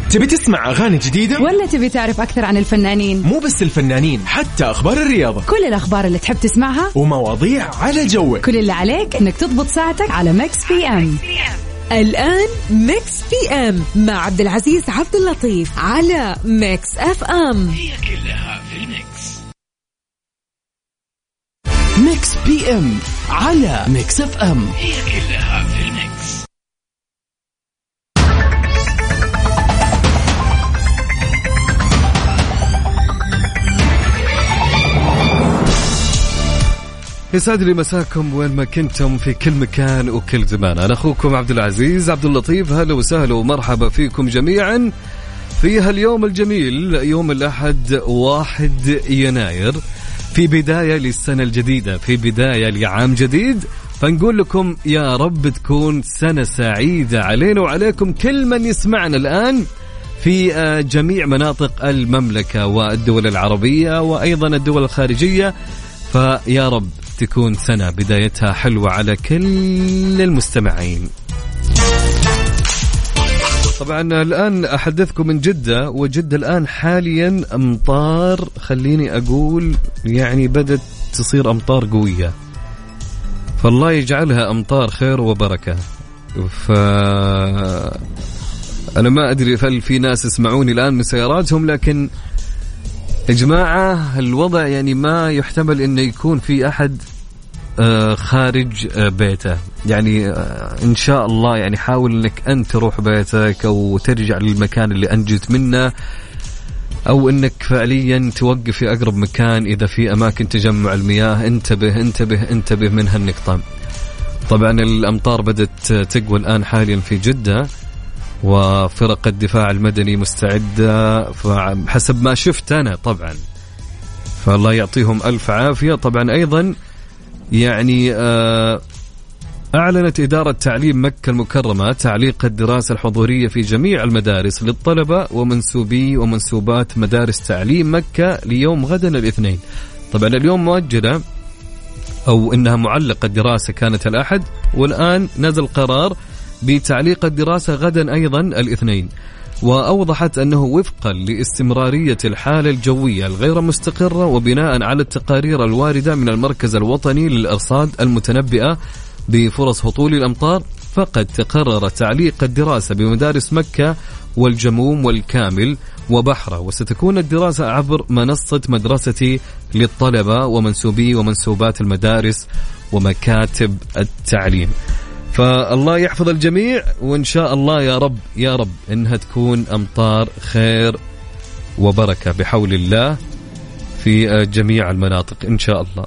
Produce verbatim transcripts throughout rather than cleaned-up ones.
تبي تسمع أغاني جديدة ولا تبي تعرف أكثر عن الفنانين؟ مو بس الفنانين، حتى أخبار الرياضة، كل الأخبار اللي تحب تسمعها ومواضيع على جوك. كل اللي عليك إنك تضبط ساعتك على ميكس بي أم. الآن ميكس بي أم مع عبد العزيز عبد اللطيف على ميكس أف أم. هي كلها في الميكس. ميكس بي أم على ميكس أف أم. هي كلها في الميكس. يسعد لي مساكم وين ما كنتم في كل مكان وكل زمان. أنا أخوكم عبد العزيز عبد اللطيف. هلا وسهلا ومرحبا فيكم جميعا في هاليوم الجميل، يوم الأحد واحد يناير، في بداية للسنة الجديدة، في بداية لعام جديد. فنقول لكم يا رب تكون سنة سعيدة علينا وعليكم كل من يسمعنا الآن في جميع مناطق المملكة والدول العربية وأيضا الدول الخارجية. فيا رب تكون سنة بدايتها حلوة على كل المستمعين. طبعا الآن أحدثكم من جدة، وجدة الآن حاليا أمطار، خليني أقول يعني بدت تصير أمطار قوية، فالله يجعلها أمطار خير وبركة. ف أنا ما أدري هل في ناس يسمعوني الآن من سياراتهم، لكن يا جماعة الوضع يعني ما يحتمل إنه يكون في أحد خارج بيته. يعني إن شاء الله يعني حاول إنك أنت تروح بيتك أو ترجع للمكان اللي أنجت منه، أو إنك فعليا توقف في أقرب مكان إذا في أماكن تجمع المياه. انتبه انتبه انتبه من هالنقطة. طبعا الأمطار بدت تقوى الآن حاليا في جدة، وفرق الدفاع المدني مستعدة حسب ما شفت أنا طبعا، فالله يعطيهم ألف عافية. طبعا أيضا يعني أعلنت إدارة تعليم مكة المكرمة تعليق الدراسة الحضورية في جميع المدارس للطلبة ومنسوبي ومنسوبات مدارس تعليم مكة ليوم غدا الاثنين. طبعا اليوم مؤجلة أو إنها معلقة الدراسة كانت الأحد، والآن نزل قرار بتعليق الدراسة غدا أيضا الاثنين. وأوضحت أنه وفقا لاستمرارية الحالة الجوية الغير مستقرة وبناء على التقارير الواردة من المركز الوطني للأرصاد المتنبئة بفرص هطول الأمطار، فقد تقرر تعليق الدراسة بمدارس مكة والجموم والكامل وبحرة، وستكون الدراسة عبر منصة مدرستي للطلبة ومنسوبي ومنسوبات المدارس ومكاتب التعليم. فالله يحفظ الجميع، وإن شاء الله يا رب يا رب إنها تكون أمطار خير وبركة بحول الله في جميع المناطق إن شاء الله.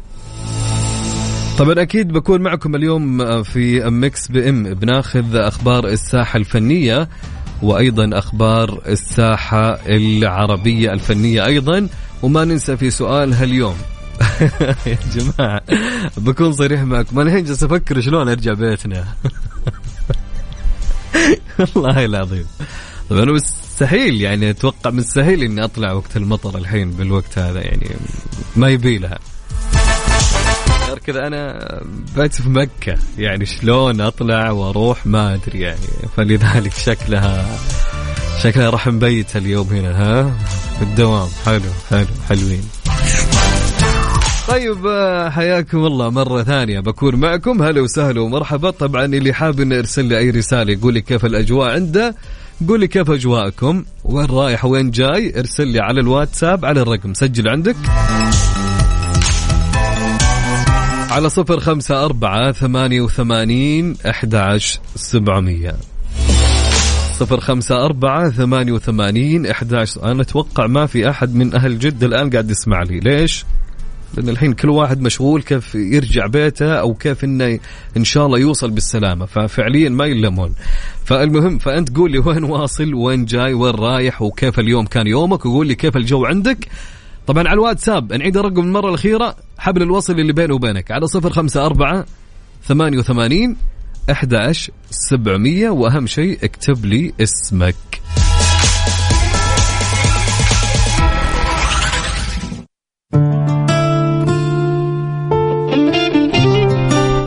طبعا أكيد بكون معكم اليوم في ميكس بإم، بناخذ أخبار الساحة الفنية وأيضا أخبار الساحة العربية الفنية أيضا، وما ننسى في سؤال هاليوم يا جماعة بكون صريح معكم، أنا هين جالس أفكر شلون أرجع بيتنا والله العظيم. طبعا أنا مستحيل يعني أتوقع مستحيل إني أطلع وقت المطر الحين بالوقت هذا، يعني ما يبي لها غير كذا. أنا بيت في مكة، يعني شلون أطلع وأروح ما أدري يعني، فلذلك شكلها شكلها راح نبيت اليوم هنا ها بالدوام. حلو حلو حلوين. طيب حياكم الله مرة ثانية، بكون معكم. هلا وسهلا ومرحبا. طبعا اللي حاب إنه يرسل لي أي رسالة يقول لي كيف الأجواء عنده، قول لي كيف أجواءكم، وين رايح وين جاي، ارسل لي على الواتساب على الرقم، سجل عندك على صفر خمسة أربعة ثمانية وثمانين أحد عشر سبعمية صفر خمسة أربعة ثمانية وثمانين أحد عشر. أنا أتوقع ما في أحد من أهل جدة الآن قاعد يسمع لي. ليش؟ لأن الحين كل واحد مشغول كيف يرجع بيته أو كيف إنه إن شاء الله يوصل بالسلامة، ففعليا ما يلمون. فالمهم فأنت قول لي وين واصل وين جاي وين رايح وكيف اليوم كان يومك، وقول لي كيف الجو عندك. طبعا على الواتساب نعيد الرقم المرة الأخيرة، حبل الوصل اللي بينه وبينك على صفر خمسة أربعة ثمانية وثمانين أحد عشر سبعمية، وأهم شيء اكتب لي اسمك.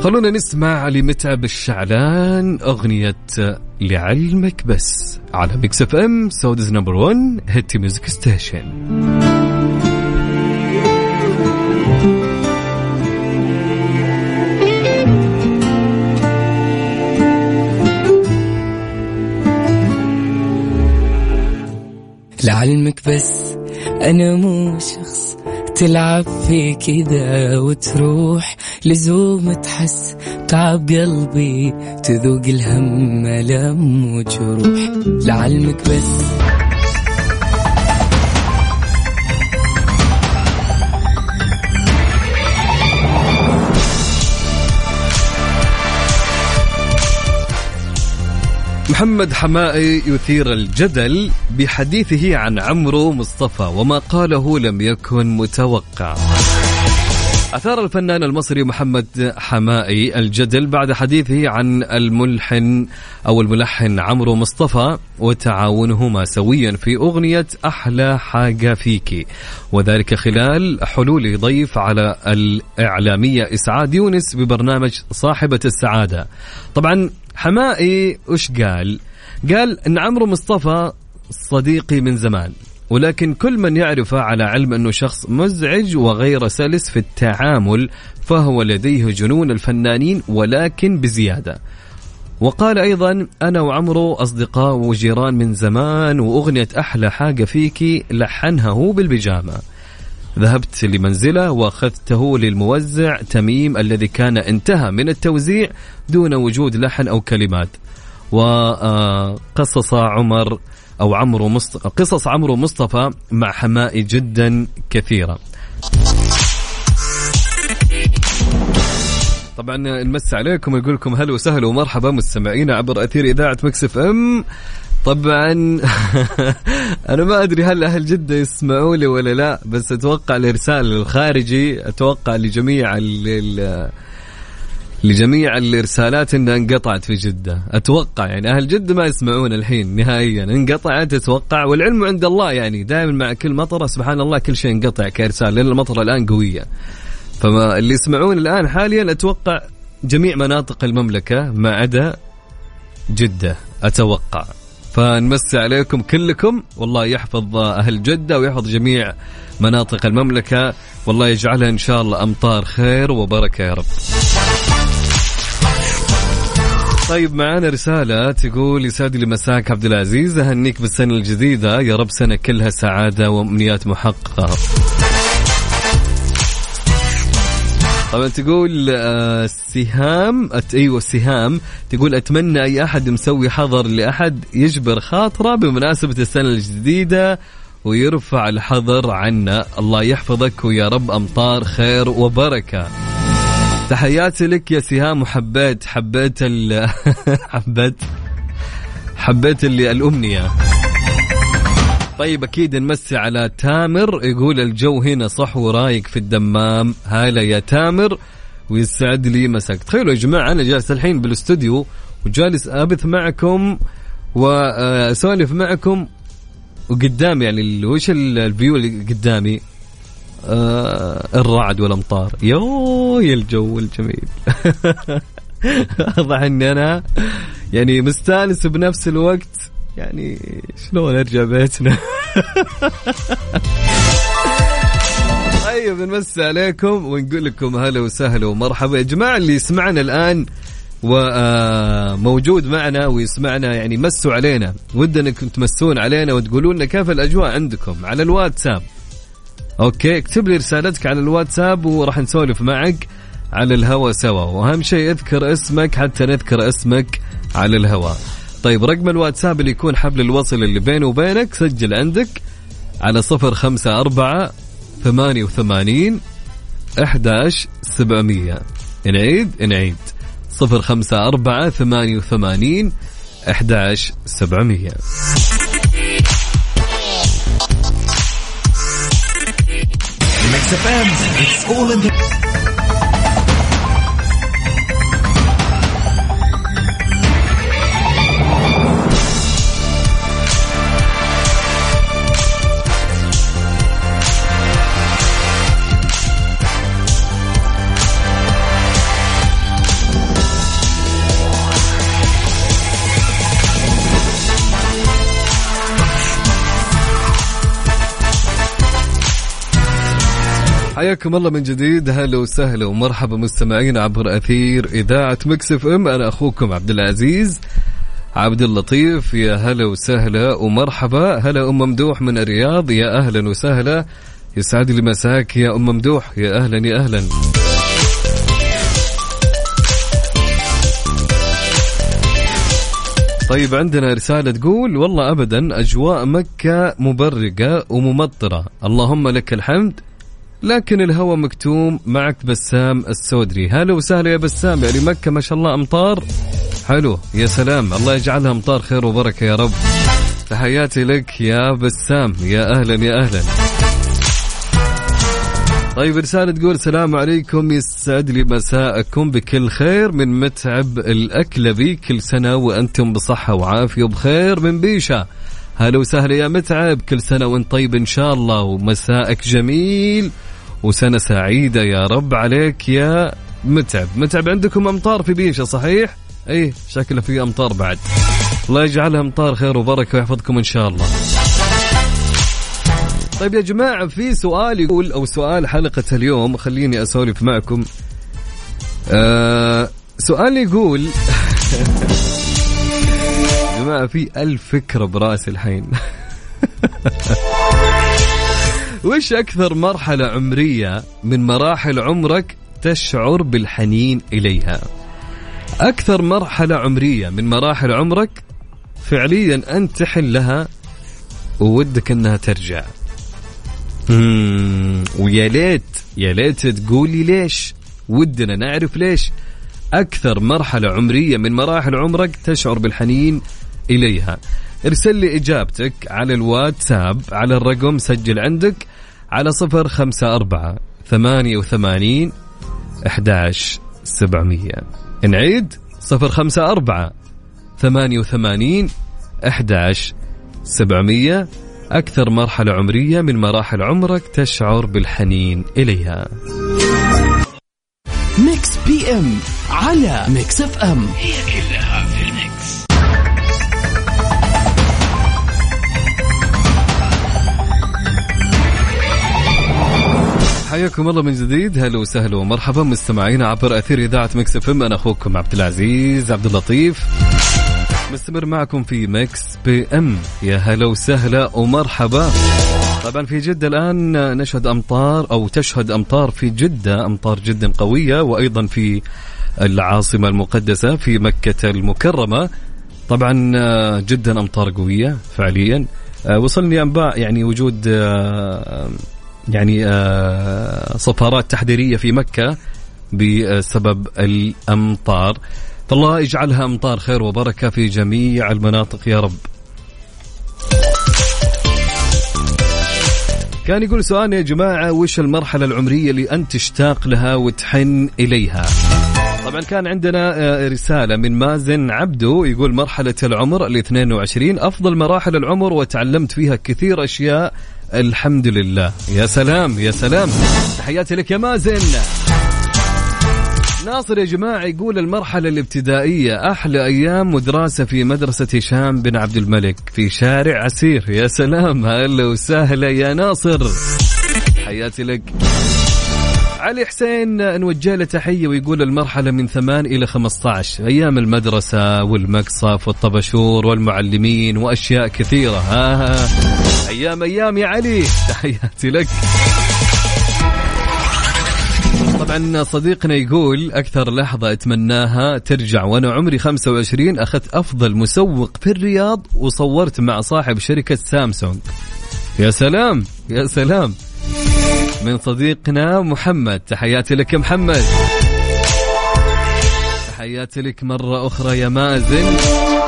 خلونا نسمع لمتعب الشعلان أغنية لعلمك بس على ميكس اف ام سودز نمبر ون هيتي ميوزك ستيشن. لعلمك بس أنا مو شخص تلعب في كذا وتروح لزوم تحس تعب قلبي تذوق الهم ألم وجروح. لعلمك بس محمد حمائي يثير الجدل بحديثه عن عمرو مصطفى وما قاله لم يكن متوقع. أثار الفنان المصري محمد حمائي الجدل بعد حديثه عن الملحن أو الملحن عمرو مصطفى وتعاونهما سويا في أغنية أحلى حاجة فيكي، وذلك خلال حلول ضيف على الإعلامية إسعاد يونس ببرنامج صاحبة السعادة. طبعا حمائي وش قال؟ قال إن عمرو مصطفى صديقي من زمان، ولكن كل من يعرفه على علم أنه شخص مزعج وغير سلس في التعامل، فهو لديه جنون الفنانين ولكن بزيادة. وقال أيضا أنا وعمرو أصدقاء وجيران من زمان، وأغنية أحلى حاجة فيكي لحنها هو بالبيجامة. ذهبت لمنزله وأخذته للموزع تميم الذي كان انتهى من التوزيع دون وجود لحن أو كلمات. وقصص عمر أو عمرو مصطفى قصص عمرو مصطفى مع حمائي جدا كثيرة. طبعا نمس عليكم ونقول لكم هلا وسهلا ومرحبا مستمعين عبر أثير إذاعة ميكس اف ام. طبعا أنا ما أدري هل أهل جدة يسمعوا لي ولا لا، بس أتوقع الإرسال الخارجي أتوقع لجميع ال لجميع الإرسالات إنها انقطعت في جدة. أتوقع يعني أهل جدة ما يسمعون الحين نهائيا، انقطعت أتوقع. والعلم عند الله، يعني دائما مع كل مطرة سبحان الله كل شيء انقطع كإرسال، لأن المطرة الآن قوية. فما اللي يسمعون الآن حاليا أتوقع جميع مناطق المملكة ما عدا جدة أتوقع. فنمسي عليكم كلكم، والله يحفظ أهل جدة ويحفظ جميع مناطق المملكة، والله يجعلها إن شاء الله أمطار خير وبركة يا رب. طيب معانا رسالة تقول يسعد لي مساك عبد العزيز، أهنيك بالسنة الجديدة يا رب سنة كلها سعادة وأمنيات محققة. طبعا تقول آه سهام أت أيوة سهام تقول أتمنى أي أحد مسوي حظر لأحد يجبر خاطره بمناسبة السنة الجديدة ويرفع الحظر عنا، الله يحفظك ويا رب أمطار خير وبركة. تحياتي لك يا سهام، وحبيت حبيت ال حبيت حبيت اللي الأمنية. طيب أكيد نمسي على تامر يقول الجو هنا صح ورايق في الدمام، هلا يا تامر ويسعد لي مساك. تخيلوا يا جماعة أنا جالس الحين بالاستوديو وجالس أبث معكم وأسولف معكم وقدامي يعني وش الفيو اللي قدامي آه الرعد والأمطار. يو يا الجو الجميل. واضح أني أنا يعني مستانس بنفس الوقت، يعني شلون أرجع بيتنا. طيب نمسي عليكم ونقول لكم هلا وسهلا ومرحبا يا جماعة اللي يسمعنا الآن وموجود معنا ويسمعنا، يعني مسوا علينا، ودنا انكم تمسون علينا وتقولوا لنا كيف الأجواء عندكم على الواتساب. اوكي اكتب لي رسالتك على الواتساب وراح نسولف معك على الهواء سوا، واهم شيء اذكر اسمك حتى نذكر اسمك على الهواء. طيب رقم الواتساب اللي يكون حبل الوصل اللي بينه وبينك سجل عندك على صفر خمسة أربعة ثمانية وثمانين أحداش سبعمية. نعيد نعيد صفر خمسة أربعة ثمانية وثمانين أحداش سبعمية. حياكم الله من جديد. هلا وسهلا ومرحبا مستمعين عبر أثير إذاعة مكس اف ام. أنا أخوكم عبد العزيز عبد اللطيف. يا هلا وسهلا ومرحبا. هلا أم ممدوح من الرياض، يا أهلا وسهلا، يسعد لي مساك يا أم ممدوح، يا أهلا يا أهلا. طيب عندنا رسالة تقول والله أبدا أجواء مكة مبرقة وممطرة، اللهم لك الحمد، لكن الهواء مكتوم. معك بسام السودري. هلا وسهلا يا بسام. يعني مكة ما شاء الله أمطار حلو، يا سلام، الله يجعلها أمطار خير وبركة يا رب. تحياتي لك يا بسام، يا أهلا يا أهلا. طيب رسالة تقول السلام عليكم، يسعد لي مساءكم بكل خير من متعب الأكلبي، كل سنة وأنتم بصحة وعافية وبخير من بيشة. هلا وسهلا يا متعب، كل سنة وانت طيب إن شاء الله، ومساءك جميل وسنة سعيدة يا رب عليك يا متعب. متعب عندكم أمطار في بيشة صحيح؟ ايه شكله في أمطار بعد، الله يجعلها أمطار خير وبركة ويحفظكم إن شاء الله. طيب يا جماعة في سؤال يقول، أو سؤال حلقة اليوم، خليني أسولف معكم. آه سؤال يقول جماعة في ألف فكرة برأس الحين. وش أكثر مرحلة عمرية من مراحل عمرك تشعر بالحنين إليها؟ أكثر مرحلة عمرية من مراحل عمرك فعليا أنت تحن لها وودك أنها ترجع. مم. ويا ليت يا ليت تقولي ليش، ودنا نعرف ليش. أكثر مرحلة عمرية من مراحل عمرك تشعر بالحنين إليها. ارسل لي إجابتك على الواتساب على الرقم، سجل عندك على صفر خمسة أربعة ثمانية وثمانين أحداش سبعمية. نعيد صفر خمسة أربعة ثمانية وثمانين أحداش سبعمية. أكثر مرحلة عمرية من مراحل عمرك تشعر بالحنين إليها. ميكس بي ام على ميكس اف ام، هي كلها في الميكس. حياكم الله من جديد. هلا وسهلا ومرحبا مستمعينا عبر أثير إذاعة ميكس اف ام. أنا أخوكم عبد العزيز عبد اللطيف، مستمر معكم في ميكس بي ام. يا هلا وسهلا ومرحبا. طبعا في جدة الآن نشهد أمطار أو تشهد أمطار في جدة، أمطار جدا قوية، وأيضا في العاصمة المقدسة في مكة المكرمة. طبعا جدا أمطار قوية فعليا. وصلني أنباء يعني وجود يعني صفارات تحذيرية في مكة بسبب الأمطار، فالله يجعلها أمطار خير وبركة في جميع المناطق يا رب. كان يقول سؤال يا جماعة، وش المرحلة العمرية اللي أنت تشتاق لها وتحن إليها؟ طبعا كان عندنا رسالة من مازن عبدو يقول مرحلة العمر الاثنين وعشرين، أفضل مراحل العمر وتعلمت فيها كثير أشياء الحمد لله. يا سلام يا سلام، تحياتي لك يا مازن. ناصر يا جماعة يقول المرحلة الابتدائية أحلى أيام ودراسة في مدرسة هشام بن عبد الملك في شارع عسير. يا سلام، هلا وسهلا يا ناصر، حياتي لك. علي حسين نوجه له تحية ويقول المرحلة من ثمان إلى خمسة عشر، أيام المدرسة والمقصف والطبشور والمعلمين وأشياء كثيرة. ها ها أيام أيام يا علي، تحياتي لك. طبعا صديقنا يقول أكثر لحظة أتمناها ترجع وأنا عمري خمسة وعشرين، أخذت أفضل مسوق في الرياض وصورت مع صاحب شركة سامسونج. يا سلام يا سلام، من صديقنا محمد، تحياتي لك يا محمد، تحياتي لك مرة أخرى يا مازن.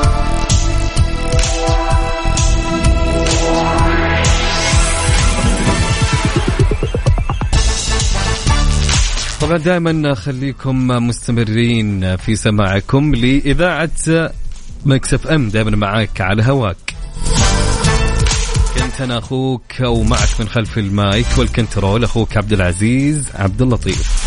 طبعا دائما خليكم مستمرين في سماعكم لإذاعة ميكس اف ام، دائما معاك على هواك. كنت أنا أخوك ومعك من خلف المايك والكنترول أخوك عبد العزيز عبد اللطيف.